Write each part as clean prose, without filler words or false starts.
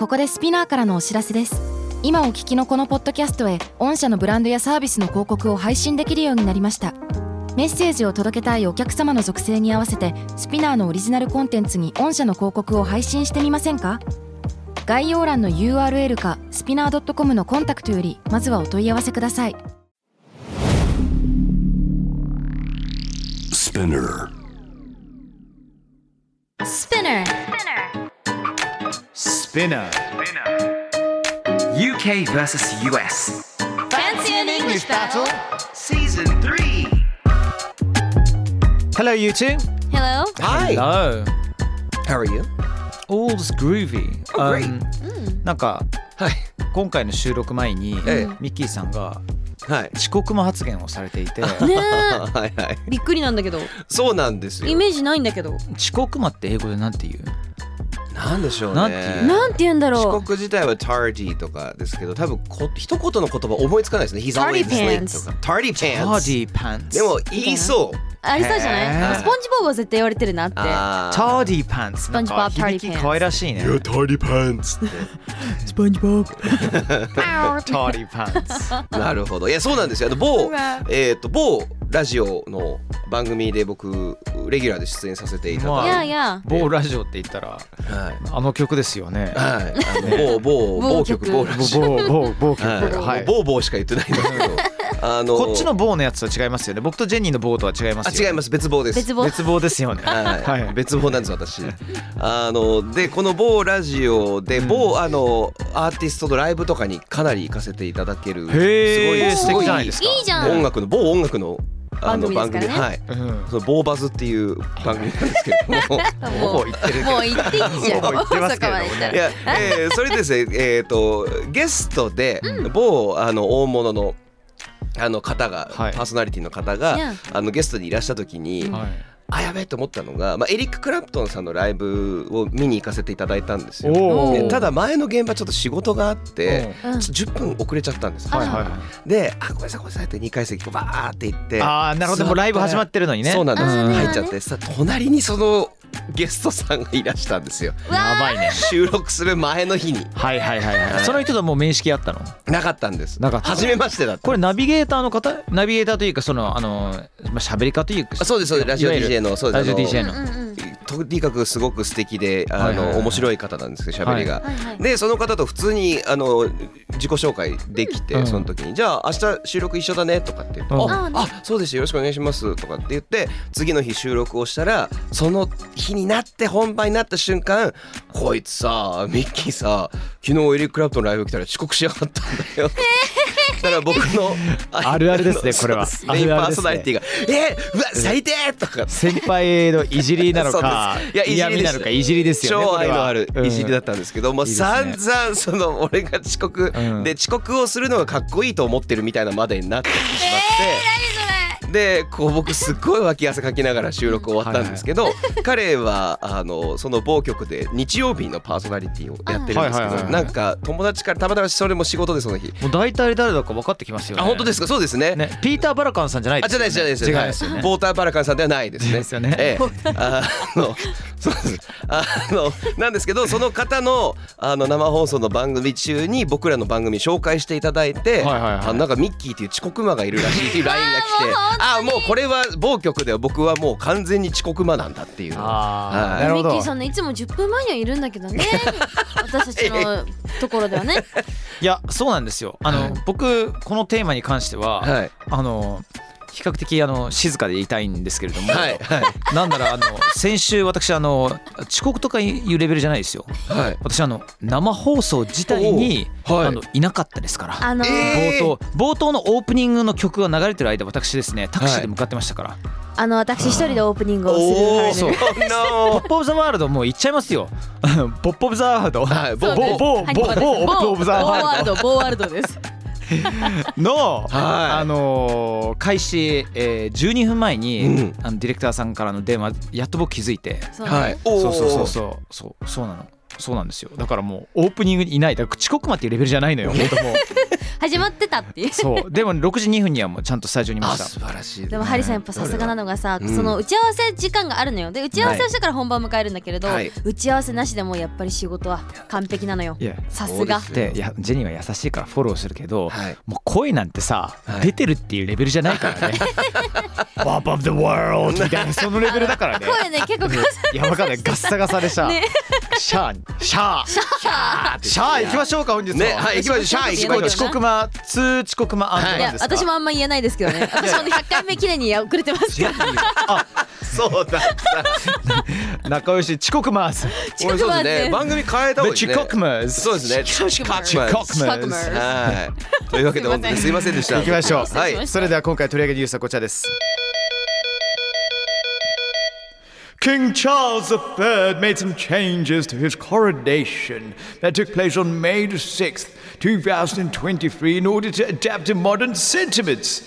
ここでスピナーからのお知らせです。今お聞きのこのポッドキャストへ御社のブランドやサービスの広告を配信できるようになりました。メッセージを届けたいお客様の属性に合わせてスピナーのオリジナルコンテンツに御社の広告を配信してみませんか？概要欄の URL かスピナー .com のコンタクトよりまずはお問い合わせください。 スピナー Spinner UK vs US Fancy an English battle Season 3 Hello you two. Hello. Hi. Hello. How are you? All's groovy. Oh, great. なんか、 はい。 今回の収録前に、 ええミッキーさんがはい。 遅刻も発言をされていてねはいはい。 びっくりなんだけど、 そうなんですよ。 イメージないんだけど、 遅刻魔って英語でなんて言う？ なんでしょうね。 なんていうなんて言うんだろう。 遅刻自体は tardy とかですけど、多分一言の言葉思いつかないですね。He's always Tardy late とか。tardy pants。 Tardy pants。 でも言いそう。 ありそうじゃない？ へーなんかスポンジボブは絶対言われてるなって。 あー Tardy pants。なんか SpongeBob 響き可愛らしいね。 tardy pants って。 スポンジボブ。 Tardy pants。 なるほど。いやそうなんですよ。某ラジオの番組で僕レギュラーで出演させていただいて、 いやいや。 某ラジオって言ったらはいあの曲ですよね。 はい。某曲某ラジオ。 某曲はい。某しか言ってないんだけど。 こっちの棒のやつとは違いますよね。僕とジェニーの棒とは違いますよね。 違います。別棒です。 別棒ですよね。 はい別棒なんです私。でこの某ラジオで某アーティストのライブとかにかなり行かせていただけるへー素敵じゃないですか。 いいじゃん。 音楽の番組ですからねはい。 うんその某バズっていう番組なんですけれども。 もう言ってる。 もう言っていいじゃん。 もう言ってますけれどもねそこまで言ったらいや、それですね、ゲストで某大物の方が、 はいパーソナリティの方が、 Yeah. ゲストにいらした時に、 はいやべえと思ったのが、エリック・クラプトンさんのライブを見に行かせていただいたんですよ。 おーでただ前の現場ちょっと仕事があってうん 10分遅れちゃったんです。 はいはいはい。 でごめんなさいって2階席バーって行ってああなるほど。もうライブ始まってるのにね。 そうなんです、 あーね入っちゃってさ隣にそのゲストさんがいらしたんですよ。 やばいね。 収録する前の日にはいはいはいはい。その人ともう面識あったの？ なかったんです。 なかった初めましてだった。 これナビゲーターの方？ナビゲーターというかその喋り方というか。 そうですラジオ DJ のそうですラジオ DJ の。 とにかくすごく素敵ではいはいはい面白い方なんですけど喋りが、 はいはいでその方と普通に自己紹介できて、 うんその時にじゃあ明日収録一緒だねとかって言って、 うんあそうですよろしくお願いしますとかって言って次の日収録をしたらその日になって本番になった瞬間こいつさミッキーさ昨日エリック・クラプトンのライブ来たら遅刻しやがったんだよだから僕のあるあるですねこれは。 メインパーソナリティがうわ最低とか先輩のいじりなのかそうですいやいじりです嫌味なのかいじりですよね。 超愛のあるいじりだっったんですけど、もういいですね散々その俺が遅刻、 うんで遅刻をするのがかっこいいと思ってるみたいなまでになってしまって、でこう僕すっごい脇汗かきながら収録終わったんですけど、彼はその某局で日曜日のパーソナリティをやってるんですけど、 はいはいはいはいなんか友達からたまたまそれも仕事でその日、 もう大体誰だか分かってきますよね。 あ本当ですか。そうですね。 ねピーター・バラカンさんじゃないですよね。 じゃないです違いますよね。 ボーター・バラカンさんではないですね。 ですよねそうですなんですけどその方の生放送の番組中に僕らの番組紹介していただいて、 はいはいはいなんかミッキーっていう遅刻魔がいるらしいっていう LINE が来てもうこれは某局では僕はもう完全に遅刻魔なんだっていう。 ああ、 はいなるほど。 ミッキーさんねいつも10分前にはいるんだけどね私たちのところではね。 いやそうなんですよ。僕このテーマに関しては、 はい比較的静かでいたいんですけれども、 はいはいなんなら先週私遅刻とかいうレベルじゃないですよ。 はい私生放送自体に、 はいいなかったですから。 えー冒頭のオープニングの曲が流れてる間私ですねタクシーで向かってましたから。 私一人でオープニングをするおーそうポップオブザワールドもう言っちゃいますよ。ポップオブザワールド、 はい某オップオブザワールドボーワールドですの、 は開始、12分前に、 うんディレクターさんからの電話やっと僕気づいて、 そうねはいそうなの。そうなんですよ。だからもうオープニングにいない。だから遅刻魔っていうレベルじゃないのよ。本当もう始まってたっていう。 そうでも6時2分にはもうちゃんとスタジオにいました。 素晴らしい。 でもハリーさんやっぱさすがなのがさ、 うんその打ち合わせ時間があるのよ。で打ち合わせをしてから本番を迎えるんだけれど、 はい打ち合わせなしでもやっぱり仕事は完璧なのよ。 いやさすが。 そうですよでいやジェニーは優しいからフォローするけど、 はいもう声なんてさ、 はい出てるっていうレベルじゃないからねPop of the world みたいなそのレベルだからね声ね結構ガサいやわかんないガッサガサでさ、 ねシャーシャーシャーシャー行きましょうか本日はねはい行きましょうシャー行きましょう遅刻間通遅刻間いや私もあんま言えないですけどね。私もね100回目記念に遅れてますから。 あそうだった。 仲良し遅刻マーズ俺そうですね。番組変えた方がいいですね。 遅刻マーズそうですね。 遅刻マーズはい。というわけで本当にすいませんでした。 行きましょう、 はい。 それでは今回取り上げるニュースはこちらです。King Charles III made some changes to his coronation that took place on May 6th, 2023 in order to adapt to modern sentiments.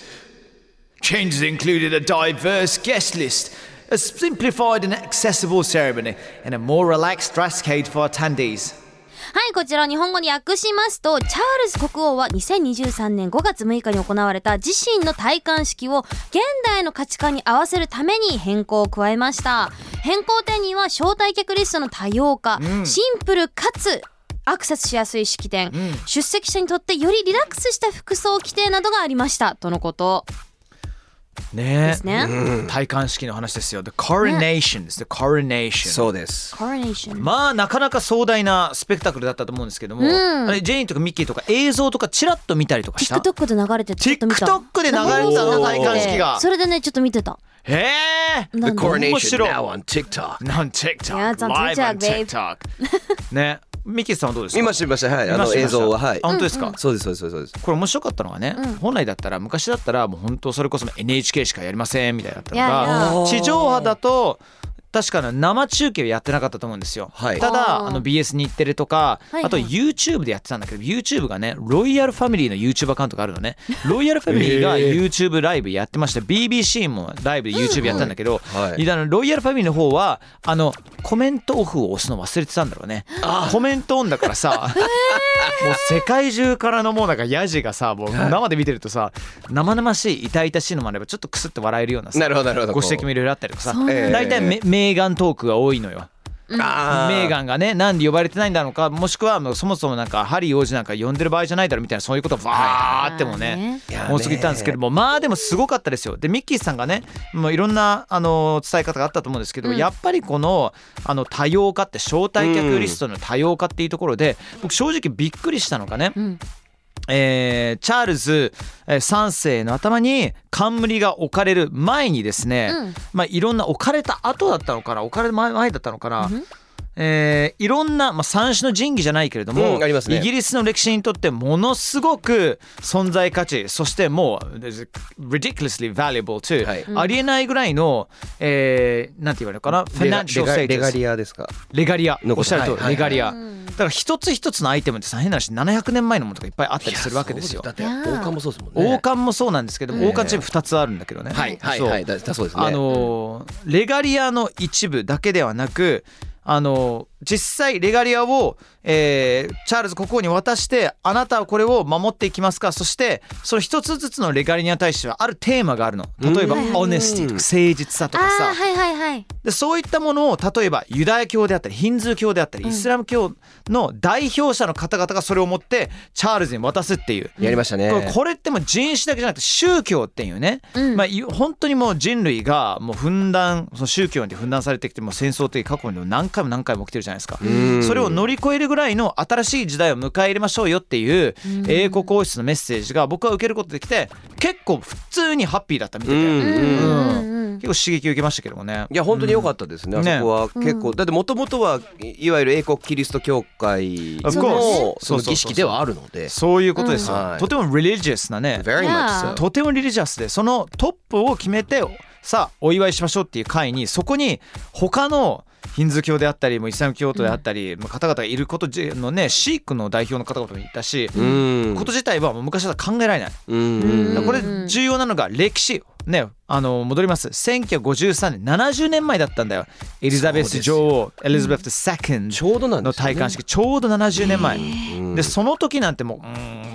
Changes included a diverse guest list, a simplified and accessible ceremony, and a more relaxed dress code for attendees. はい、こちらを日本語に訳しますと、チャールズ国王は2023年5月6日に行われた自身の戴冠式を現代の価値観に合わせるために変更を加えました。変更点には招待客リストの多様化、シンプルかつアクセスしやすい式典、出席者にとってよりリラックスした服装規定などがありましたとのことねですね。 戴冠式の話ですよ。The coronation です。The coronation。 そうです。 コロネーション。 まあなかなか壮大なスペクタクルだったと思うんですけども、あれジェインとかミッキーとか映像とかチラッと見たりとかした？ TikTok で流れててちょっと見た。 TikTok で流れてたの戴冠式が。 それでねちょっと見てた。 へえ。 The 面 coronation 白い。 now on TikTok. on TikTok. Yeah, it's on Live on TikTok, babe. TikTok. ね。ミッキーさんはどうですか？ 見ましたはい。 見ました映像ははい。 あ本当ですか？ そうですそうです。 これ面白かったのはね、本来だったら昔だったらもう本当それこそ NHK しかやりませんみたいだったのいやいがや地上波だと確か生中継をやってなかったと思うんですよ、 はいただあー BS 日テレとか、 はいはいあと YouTube でやってたんだけど YouTube がねロイヤルファミリーの YouTube アカウントがあるのねロイヤルファミリーが YouTube ライブやってました BBC もライブで YouTube やったんだけど、 はいロイヤルファミリーの方はコメントオフを押すの忘れてたんだろうねコメントオンだからさもう世界中からのもうなんかヤジがさもう生で見てるとさ生々しい痛々しいのもあればちょっとクスって笑えるようなさなるほどなるほど。 ご指摘もいろいろあったりとかさそうなんだ大体メーガントークが多いのよ。 あメーガンがねなんで呼ばれてないんだろうかもしくはもうそもそもなんかハリー王子なんか呼んでる場合じゃないだろうみたいなそういうことをわーってもねもうすぐ言ったんですけどもまあでもすごかったですよ。でミッキーさんがねもういろんな伝え方があったと思うんですけど、やっぱりこの多様化って招待客リストの多様化っていうところで、僕正直びっくりしたのがね、チャールズ3世の頭に冠が置かれる前にですね、まあいろんな置かれた後だったのかな置かれる前だったのかな、いろんな、まあ、三種の神器じゃないけれども、 ありますねイギリスの歴史にとってものすごく存在価値そしてもう ridiculously valuable to、 はいありえないぐらいの、なんて言われるかなレガリアですか。 レガリアのことおっしゃるとおり、 はいレガリア、だから一つ一つのアイテムってさ変な話700年前のものとかいっぱいあったりするわけですよ。 だって王冠もそうですもんね。 王冠もそうなんですけども、王冠チーム2つあるんだけどね、 はいはいそうはいだそうですね。 レガリアの一部だけではなく実際レガリアを、チャールズ国王に渡してあなたはこれを守っていきますかそしてその一つずつのレガリアに対してはあるテーマがあるの。例えばオネスティとか誠実さとかさはいはいはいでそういったものを例えばユダヤ教であったりヒンズー教であったりイスラム教の代表者の方々がそれを持ってチャールズに渡すっていうやりましたね。 これってもう人種だけじゃなくて宗教っていうね、まあ、本当にもう人類がもうその宗教に分断されてきてもう戦争的過去にも何回も起きてるじゃないですか。それを乗り越えるぐらいの新しい時代を迎え入れましょうよっていう英国王室のメッセージが僕は受けることできて結構普通にハッピーだったみたいで、結構刺激を受けましたけどもね。 いや本当に良かったですね。あそこは結構だってもともとはいわゆる英国キリスト教会 Of の course その儀式ではあるので。 そういうことですよ、 はいとても religious なね Very much so。 とてもリリジャスでそのトップを決めてさあお祝いしましょうっていう会にそこに他のヒンズー教であったりもイスラム教徒であったり、方々がいることのねシークの代表の方々もいたし、こと自体はもう昔は考えられない。だからこれ重要なのが歴史ね戻ります。1953年70年前だったんだよ。エリザベス女王エリザベス II ちょうどなんのですよね。 戴冠式ちょうど70年前でその時なんてもう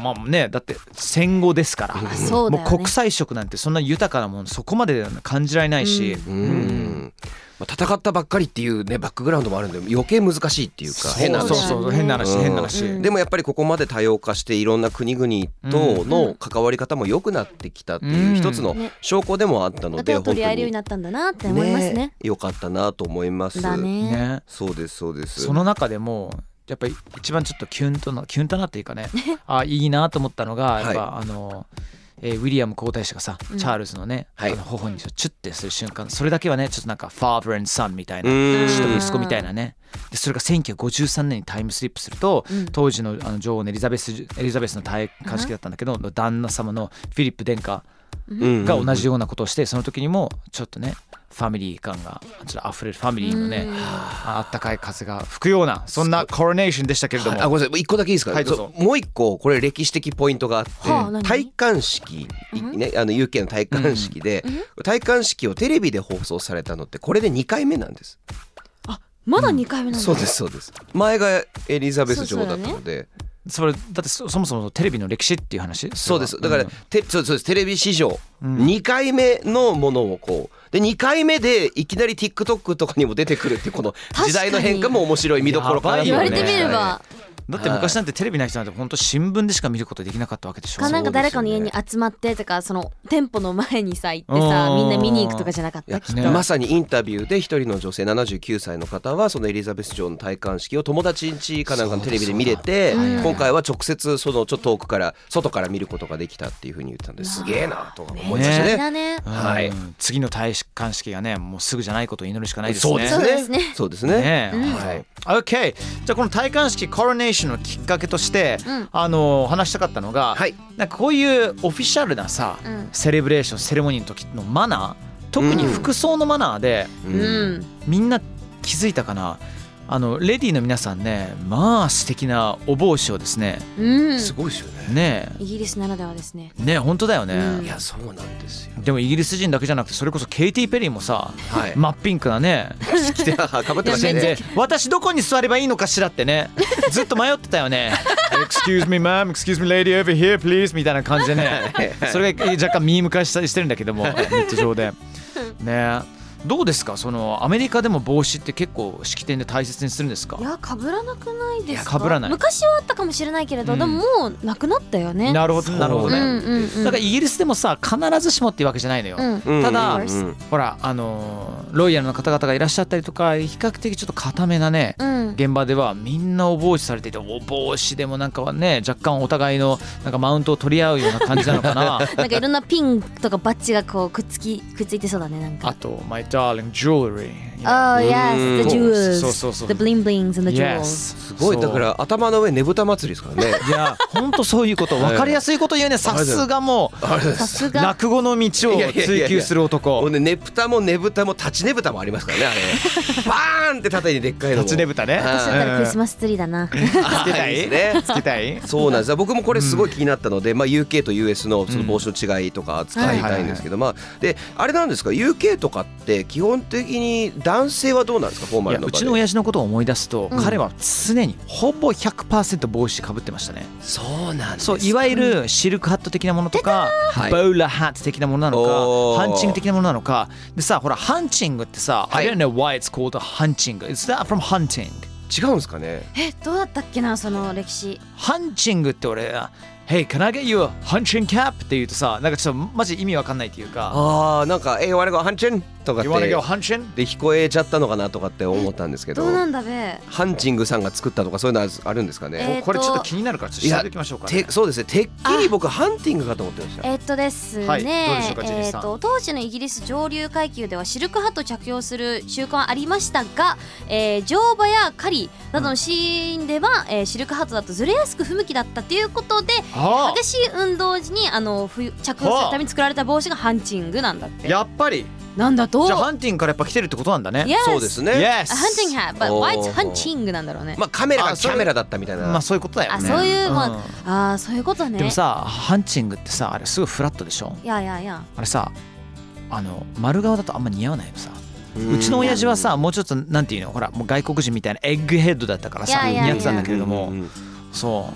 まあねだって戦後ですから、 そうだよね、 もう国際色なんてそんな豊かなものそこまで感じられないし、 戦ったばっかりっていうねバックグラウンドもあるんで余計難しいっていうか変な話、 そう変な話、 でもやっぱりここまで多様化していろんな国々との関わり方も良くなってきたっていう一つの証拠でもあったので、 手を取り合えるようになったんだなって思いますね。 良かったなと思いますだね。 そうですそうです。 その中でもやっぱり一番ちょっとキュンとなっていうかねいいなと思ったのがやっぱウィリアム皇太子がさ、チャールズのね、頬にチュッてする瞬間、それだけはねちょっとなんか father and son みたいな、父と息子みたいなね。でそれが1953年にタイムスリップすると、当時の女王のエリザベスの戴冠式だったんだけど、旦那様のフィリップ殿下が同じようなことをして、その時にもちょっとねファミリー感がちょっと溢れるファミリーのね、あったかい風が吹くようなそんなコロネーションでしたけれども、 ごめんなさい一個だけいいですか、もう一個これ歴史的ポイントがあって、戴冠式、UK の戴冠式で、戴冠式をテレビで放送されたのってこれで2回目なんです。 まだ2回目なんだ。 そうですそうです。前がエリザベス女王だったので、 それだってそもそもテレビの歴史っていう話。 そうです。だからそうです、テレビ史上2回目のものをこうで2回目でいきなり TikTok とかにも出てくるっていうこの時代の変化も面白い見どころかなと。 言われてみれば。 だって昔なんてテレビの人なんて本当新聞でしか見ることできなかったわけでしょ。 なんか誰かの家に集まってとか、その店舗の前にさ行ってさみんな見に行くとかじゃなかったきっと。 まさにインタビューで一人の女性79歳の方はそのエリザベス女王の戴冠式を友達ん家かなんかのテレビで見れて、今回は直接そのちょっと遠くから外から見ることができたっていう風に言ってたんで、すげえなと思いましたね。 はい、次の戴冠式がねもうすぐじゃないことを祈るしかないですね。 そうですね。そうですね。 はい。OK。じゃあこの戴冠式コロネーションのきっかけとして、話したかったのが、なんかこういうオフィシャルなさ、セレブレーションセレモニーの時のマナー、特に服装のマナーで、みんな気づいたかな。レディーの皆さんね、まあ素敵なお帽子をですね、 すごいですよね。 イギリスならではですね。 ね、本当だよね。 いやそうなんですよ。 でもイギリス人だけじゃなくて、それこそケイティ・ペリーもさ、真っピンクなね着てかぶってましたね。 私どこに座ればいいのかしらってねずっと迷ってたよねExcuse me ma'am, excuse me lady over here please みたいな感じでねそれが若干ミーム化してるんだけどもネット上でね。どうですか、そのアメリカでも帽子って結構式典で大切にするんですか。 いや被らなくないですか。 被らない。 昔はあったかもしれないけれど、でももうなくなったよね。 なるほどなるほどね。だからイギリスでもさ必ずしもっていうわけじゃないのよ。ただほらロイヤルの方々がいらっしゃったりとか、比較的ちょっと固めなね、現場ではみんなお帽子されていて、お帽子でもなんかはね若干お互いのなんかマウントを取り合うような感じなのかななんかいろんなピンとかバッジがこうくっついてそうだね。なんかあとMy darling jewelry。 Oh yes, the jewels. そう The bling blings and the jewels。 すごい。だから頭の上ねぶた祭りですからね。 いや本当そういうこと、分かりやすいこと言うね。さすがもう落語の道を追求する男。 ねぶたもねぶたも立ちねぶたもありますからね。あれバーンって縦にでっかいの。 立ちねぶたね。 私だったらクリスマスツリーだな。 つけたいね。つけたい。 そうなんです。僕もこれすごい気になったので、UK と US のその帽子の違いとか使いたいんですけど、であれなんですか、 UK とかって基本的に男性はどうなんですか、フォーマルの場で。 うちの親父のことを思い出すと、彼は常にほぼ 100% 帽子かぶってましたね。 そうなんです。 そう、いわゆるシルクハット的なものとか、ボウラーハット的なものなのか、ハンチング的なものなのかでさ、ほらハンチングってさ、I don't know why it's called a hunching. It's that from hunting. 違うんですかね。 どうだったっけな、その歴史。 ハンチングって俺Hey, can I get you a hunching cap? って言うとさ、なんかちょっとマジ意味わかんないっていうか、 なんかyou wanna go hunching? とかって You wanna go hunching? で聞こえちゃったのかなとかって思ったんですけど、 どうなんだべ。 ハンチングさんが作ったとかそういうのあるんですかね。 これちょっと気になるからちょっと調べていきましょうかね。 そうですね、てっきり僕ハンティングかと思ってました。 ですね、 どうでしょうかジェニーさん。 当時のイギリス上流階級ではシルクハットを着用する習慣はありましたが、乗馬や狩りなどのシーンでは、シルクハットだとずれやすく不向きだったということで、激しい運動時に着用するために作られた帽子がハンチングなんだって。 やっぱりなんだと。 じゃあハンティングからやっぱ来てるってことなんだね。 Yes. そうですね。 Yes. A hunting hat, but why it's hunting なんだろうね。 カメラがキャメラだったみたいな。 まあそういうことだよね。 そういうそういうことね。 でもさ、ハンチングってさ、あれすごいフラットでしょ。 いやあれさ、丸顔だとあんま似合わないよさ。うちの親父はさ、もうちょっとなんていうの、ほらもう外国人みたいなエッグヘッドだったからさ似合ってたんだけれども、そうだ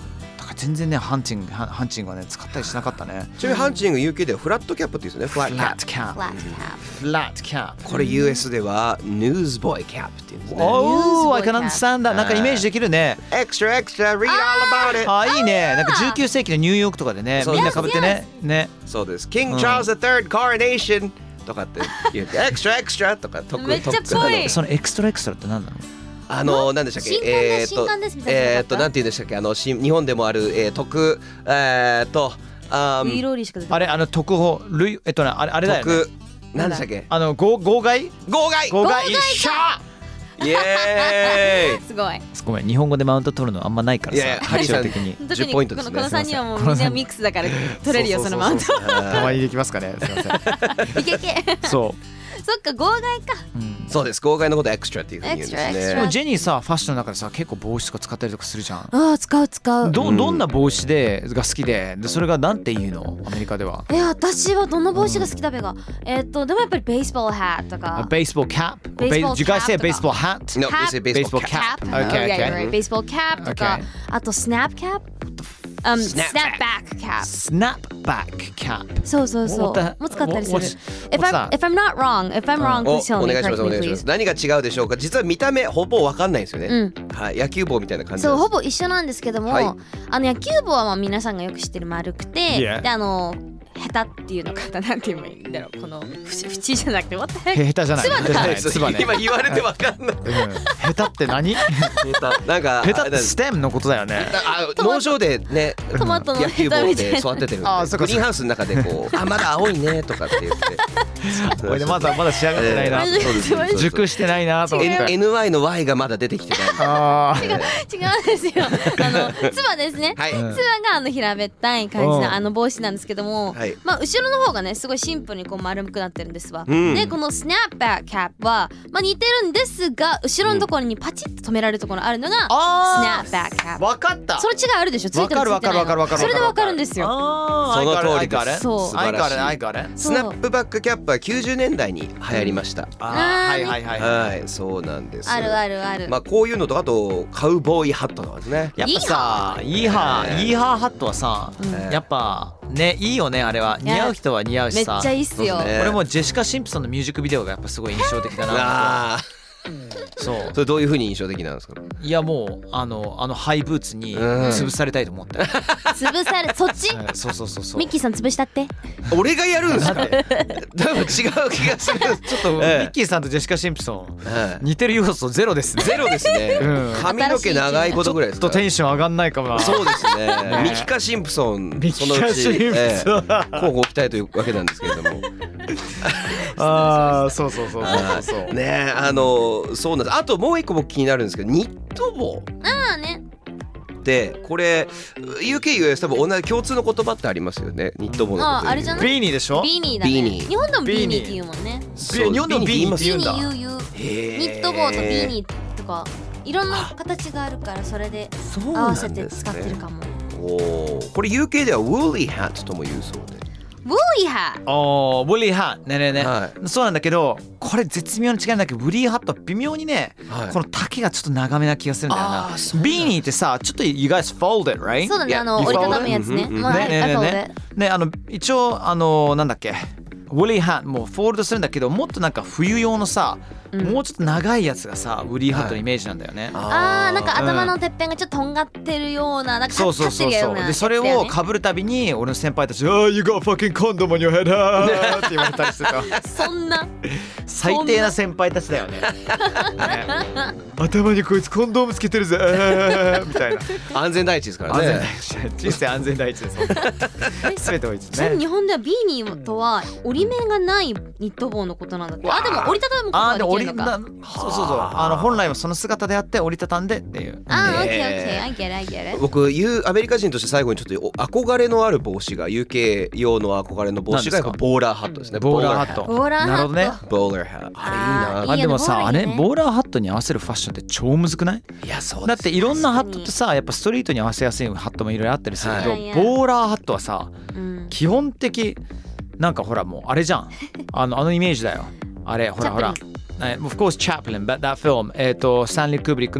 全然ねハンチングはね使ったりしなかったね。 ちなみにハンチング UK ではフラットキャップって言うんですよね。フラットキャップ。 フラットキャップ。 これ US ではニュースボーイキャップって言うんですね。 Oh, I can understand that. なんかイメージできるね。 Extra, extra, read all about it. あ、いいね。なんか19世紀のニューヨークとかでね、みんな被ってね。ね。 そうです。King Charles III Coronation とかって言って、Extra, extra とかめっちゃぽい。 そのエクストラエクストラって何なの？ 何でしたっけ？ 新刊ですみたいな。 なんて言うんでしたっけ？日本でもある特ウイローリーしか出てない。 あれ特報あれだよね。 何でしたっけ？ 号外一緒。イエーイ。 すごい。 ごめん、日本語でマウント取るのあんまないからさ。 いやハリーさん的に 10ポイントですね。 この3人はもうみんなミックスだから取れるよそのマウント。 たまにできますかね。すいません。 いけいけ。 そう。 そっか号外か。 そうです。号外のことエクストラっていうふうに言うんですね。 でもジェニーさ、ファッションの中でさ結構帽子とか使ったりとかするじゃん。 ああ使う。 どんな帽子が好きでそれがなんて言うのアメリカでは？ 私はどの帽子が好きだべが。でもやっぱりベースボールハットとか。 Baseball cap? Baseball Did you guys say cap baseball hat? No, they say baseball cap. Okay. ベースボールキャップとか、あとスナップキャップ。Snapback cap. Snapback cap. そう。 What the- も使ったりする。 what's If I'm not wrong, please tell お me. 願いします。お願いします。何が違うでしょうか。実は見た目ほぼわかんないんですよね。はい、野球帽みたいな感じです。 そうほぼ一緒なんですけども、 はい野球帽はまあ皆さんがよく知ってる丸くて、 Yeah. でヘタっていうのかなんて言えばいいんだろう、この縁じゃなくて what the heck？ 下手じゃない。 つばだつばね。 今言われてわかんない。 下手って何？ なんか下手ってステムのことだよね。 農場でね、 トマトの野球帽で育ててるんで、 あそうかグリーンハウスの中でこう、まだ青いねとかって言って。 これでまだ仕上がってないな。 そうです熟してないなと思って。 NY の Y がまだ出てきてない。 違うんですよ。つばですね。 はいつばが平べったい感じの帽子なんですけども、 はいまあ後ろの方がねすごいシンプルにこう丸くなってるんですわ。 んでこのスナップバックキャップはまあ似てるんですが、後ろのところにパチッと止められるところあるのがスナップバックキャップ。 わかった。 それ違いあるでしょ。ついてるついてないの。 わかる。 それでわかるんですよ。 その通りです。 そう素晴らしい。 I got it。 スナップバックキャップは90年代に流行りました。 はい。 はい、そうなんです。 ある。 まあこういうのとあとカウボーイハットとかですね。 やっぱさ、イーハーハットはさ、やっぱねいいよねあれは。似合う人は似合うしさ。 めっちゃいいっすよ。 俺もジェシカ・シンプソンのミュージックビデオがやっぱすごい印象的だな。 ああ、 そうそれどういう風に印象的なんですか。 いやもうあのハイブーツに潰されたいと思ったよ。 潰されそっち？ そうミッキーさん潰したって。 俺がやるんですか。多分違う気がする。 ちょっとミッキーさんとジェシカ・シンプソン似てる要素ゼロですね。 ゼロですね。髪の毛長いことぐらいですか。 ちょっとテンション上がんないかもな。 そうですね。ミキカ・シンプソン、そのうち交互期待というわけなんですけれども。 そうね、そうなんです。あともう一個僕気になるんですけど、ニット帽。 ね。 でこれ UK、US 多分同じ共通の言葉ってありますよね。ニット帽のことで。 あれじゃない？ ビーニーでしょ。 ビーニーだね。 ビーニー日本でもビーニーって言うもんね。 そう日本でもビーニーって言うんだ。 ビーニー言う。ニット帽とビーニーとかいろんな形があるからそれで合わせて使ってるかも。 おお、これ UK ではウォーリーハットとも言うそうで。 ウォーリーハット。 ウォーリーハットね、 はそうなんだけどこれ絶妙な違いなんだけど、ウォーリーハットは微妙にね、 はいこの丈がちょっと長めな気がするんだよな。 そうなんだビーニーってさちょっと you guys fold it right？ そうだね、 You 折りた fold た it？ むやつね。まあね一応なんだっけウォーリーハットもうフォールドするんだけど、もっとなんか冬用のさ、もうちょっと長いやつがさウォーリーハットのイメージなんだよね。 なんか頭のてっぺんがちょっととんがってるような、なんかそう立ってるようなでそれを被るたびに俺の先輩たち「You got fucking condom on your head」って言われたりしてた。 そんな最低な先輩たちだよね。頭にこいつコンドームつけてるぜみたいな。 安全第一ですからね。 人生安全第一です。全てをいつね。 ちなみに日本ではビーニーとは折り目がないニット帽のことなんだって。でも折りたたむことができるのか。 そう本来はその姿であって折りたたんでっていう。 オッケー I get it。 僕アメリカ人として最後にちょっと憧れのある帽子が UK 用の憧れの帽子がやっぱボーラーハットですね。 ボーラーハット。 ボーラーハット。 なるほどね。 ボーラーハット。あれいいな。 でもさ、 いいよねあれボーラーハットに合わせるファッションって超むずくない？ いやそうだっていろんなハットってさ、やっぱストリートに合わせやすいハットもいろいろあったりするけど、 はいボーラーハットはさ、基本的なんかほらもうあれじゃん。あのイメージだよ。あれほら。Of course Chaplin, but that film スタンリー・クーブリックの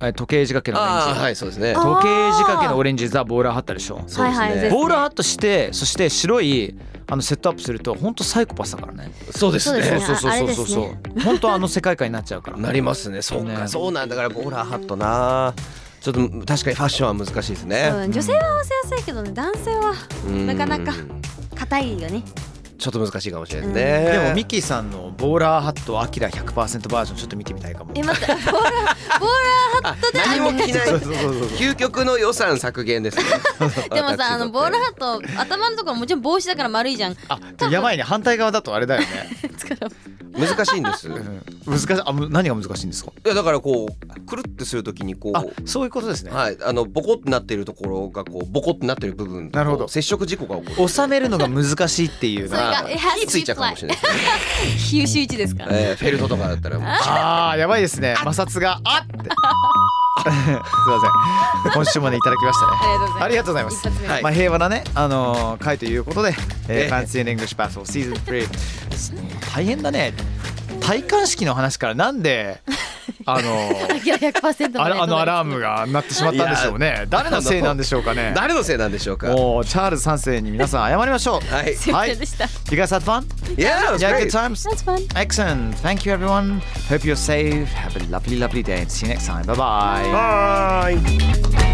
時計仕掛けのオレンジ、 はいそうですね。 時計仕掛けのオレンジザ・ボーラーハットでしょ。 そうですね。 はいはいボーラーハットしてそして白いセットアップすると本当サイコパスだからね。 そうですね。 そう本当世界観になっちゃうからなりますね。そうか、そうなんだからボーラーハットな。ちょっと確かにファッションは難しいですね。 女性は合わせやすいけどね、男性はなかなか硬いよね。 ちょっと難しいかもしれないですね。 でもミッキーさんのボーラーハットアキラ 100% バージョンちょっと見てみたいかも。 待って、ボーラーハットで何も着ない究極の予算削減ですね。 でもさ、ボーラーハット頭のところもちろん帽子だから丸いじゃん。 やばいね、反対側だとあれだよね。 難しいんです。 難しい。何が難しいんですか。 いやだからこうくるってするときにこう、 そういうことですね。 はい、ボコってなっているところがこうボコってなっている部分、 なるほど、 接触事故が起こる。 収めるのが難しいっていうのが火ついちゃうかもしれないですね。 九州一ですから。 フェルトとかだったらやばいですね。摩擦がってすいません、今週もねいただきましたね。ありがとうございます。平和なね回ということで、Fancy and English Battle Season 3大変だね。戴冠式の話からなんでアキラ 100% アラームが鳴ってしまったんでしょうね。誰のせいなんでしょうかね。 誰のせいなんでしょうか。 もうチャールズ3世に皆さん謝りましょう。 はい。 すいませんでした。 You guys had fun? Yeah, good times. That's fun. Excellent. Thank you everyone. Hope you're safe. Have a lovely, lovely day and see you next time. Bye bye. Bye.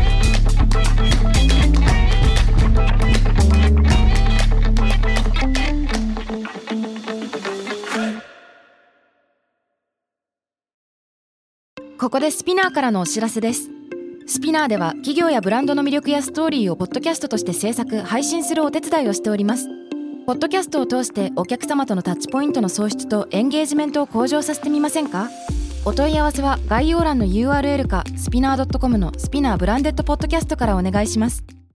ここでスピナーからのお知らせです。スピナーでは企業やブランドの魅力やストーリーをポッドキャストとして制作・配信するお手伝いをしております。ポッドキャストを通してお客様とのタッチポイントの創出とエンゲージメントを向上させてみませんか？お問い合わせは概要欄の URL かスピナー .com のスピナーブランデッドポッドキャストからお願いします。